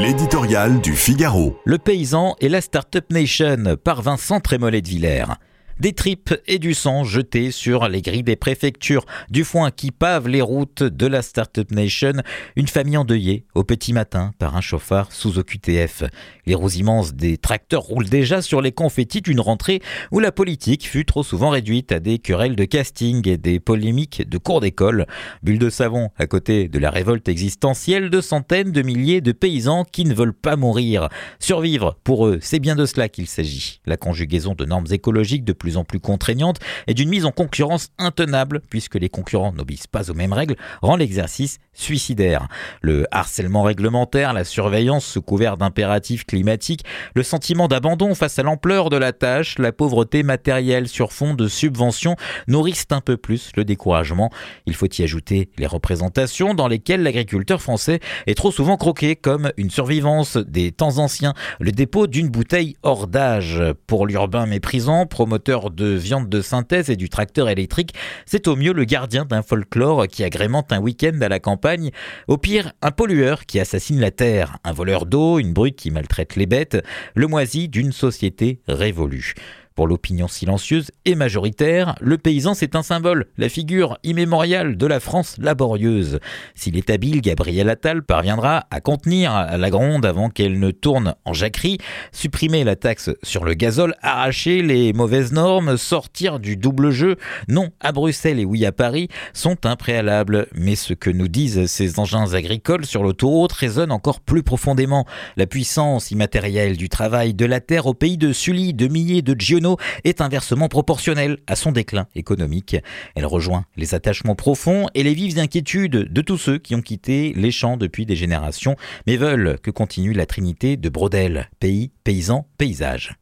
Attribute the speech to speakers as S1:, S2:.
S1: L'éditorial du Figaro.
S2: Le paysan et la Startup Nation par Vincent Trémollet de Villers. Des tripes et du sang jetés sur les grilles des préfectures, du foin qui pave les routes de la Startup Nation, une famille endeuillée au petit matin par un chauffard sous OQTF. Les roues immenses des tracteurs roulent déjà sur les confettis d'une rentrée où la politique fut trop souvent réduite à des querelles de casting et des polémiques de cours d'école. Bulle de savon à côté de la révolte existentielle de centaines de milliers de paysans qui ne veulent pas mourir. Survivre, pour eux, c'est bien de cela qu'il s'agit. La conjugaison de normes écologiques de plus en plus contraignante et d'une mise en concurrence intenable, puisque les concurrents n'obéissent pas aux mêmes règles, rend l'exercice suicidaire. Le harcèlement réglementaire, la surveillance sous couvert d'impératifs climatiques, le sentiment d'abandon face à l'ampleur de la tâche, la pauvreté matérielle sur fond de subventions nourrissent un peu plus le découragement. Il faut y ajouter les représentations dans lesquelles l'agriculteur français est trop souvent croqué comme une survivance des temps anciens, le dépôt d'une bouteille hors d'âge. Pour l'urbain méprisant, promoteur de viande de synthèse et du tracteur électrique, c'est au mieux le gardien d'un folklore qui agrémente un week-end à la campagne, au pire un pollueur qui assassine la terre, un voleur d'eau, une brute qui maltraite les bêtes, le moisi d'une société révolue. Pour l'opinion silencieuse et majoritaire, le paysan c'est un symbole, la figure immémoriale de la France laborieuse. S'il est habile, Gabriel Attal parviendra à contenir la gronde avant qu'elle ne tourne en jacquerie, supprimer la taxe sur le gazole, arracher les mauvaises normes, sortir du double jeu, non à Bruxelles et oui à Paris, sont un préalable. Mais ce que nous disent ces engins agricoles sur l'autoroute résonne encore plus profondément. La puissance immatérielle du travail de la terre au pays de Sully, de Millet, de Giono est inversement proportionnelle à son déclin économique. Elle rejoint les attachements profonds et les vives inquiétudes de tous ceux qui ont quitté les champs depuis des générations, mais veulent que continue la trinité de Brodel, pays, paysan, paysage.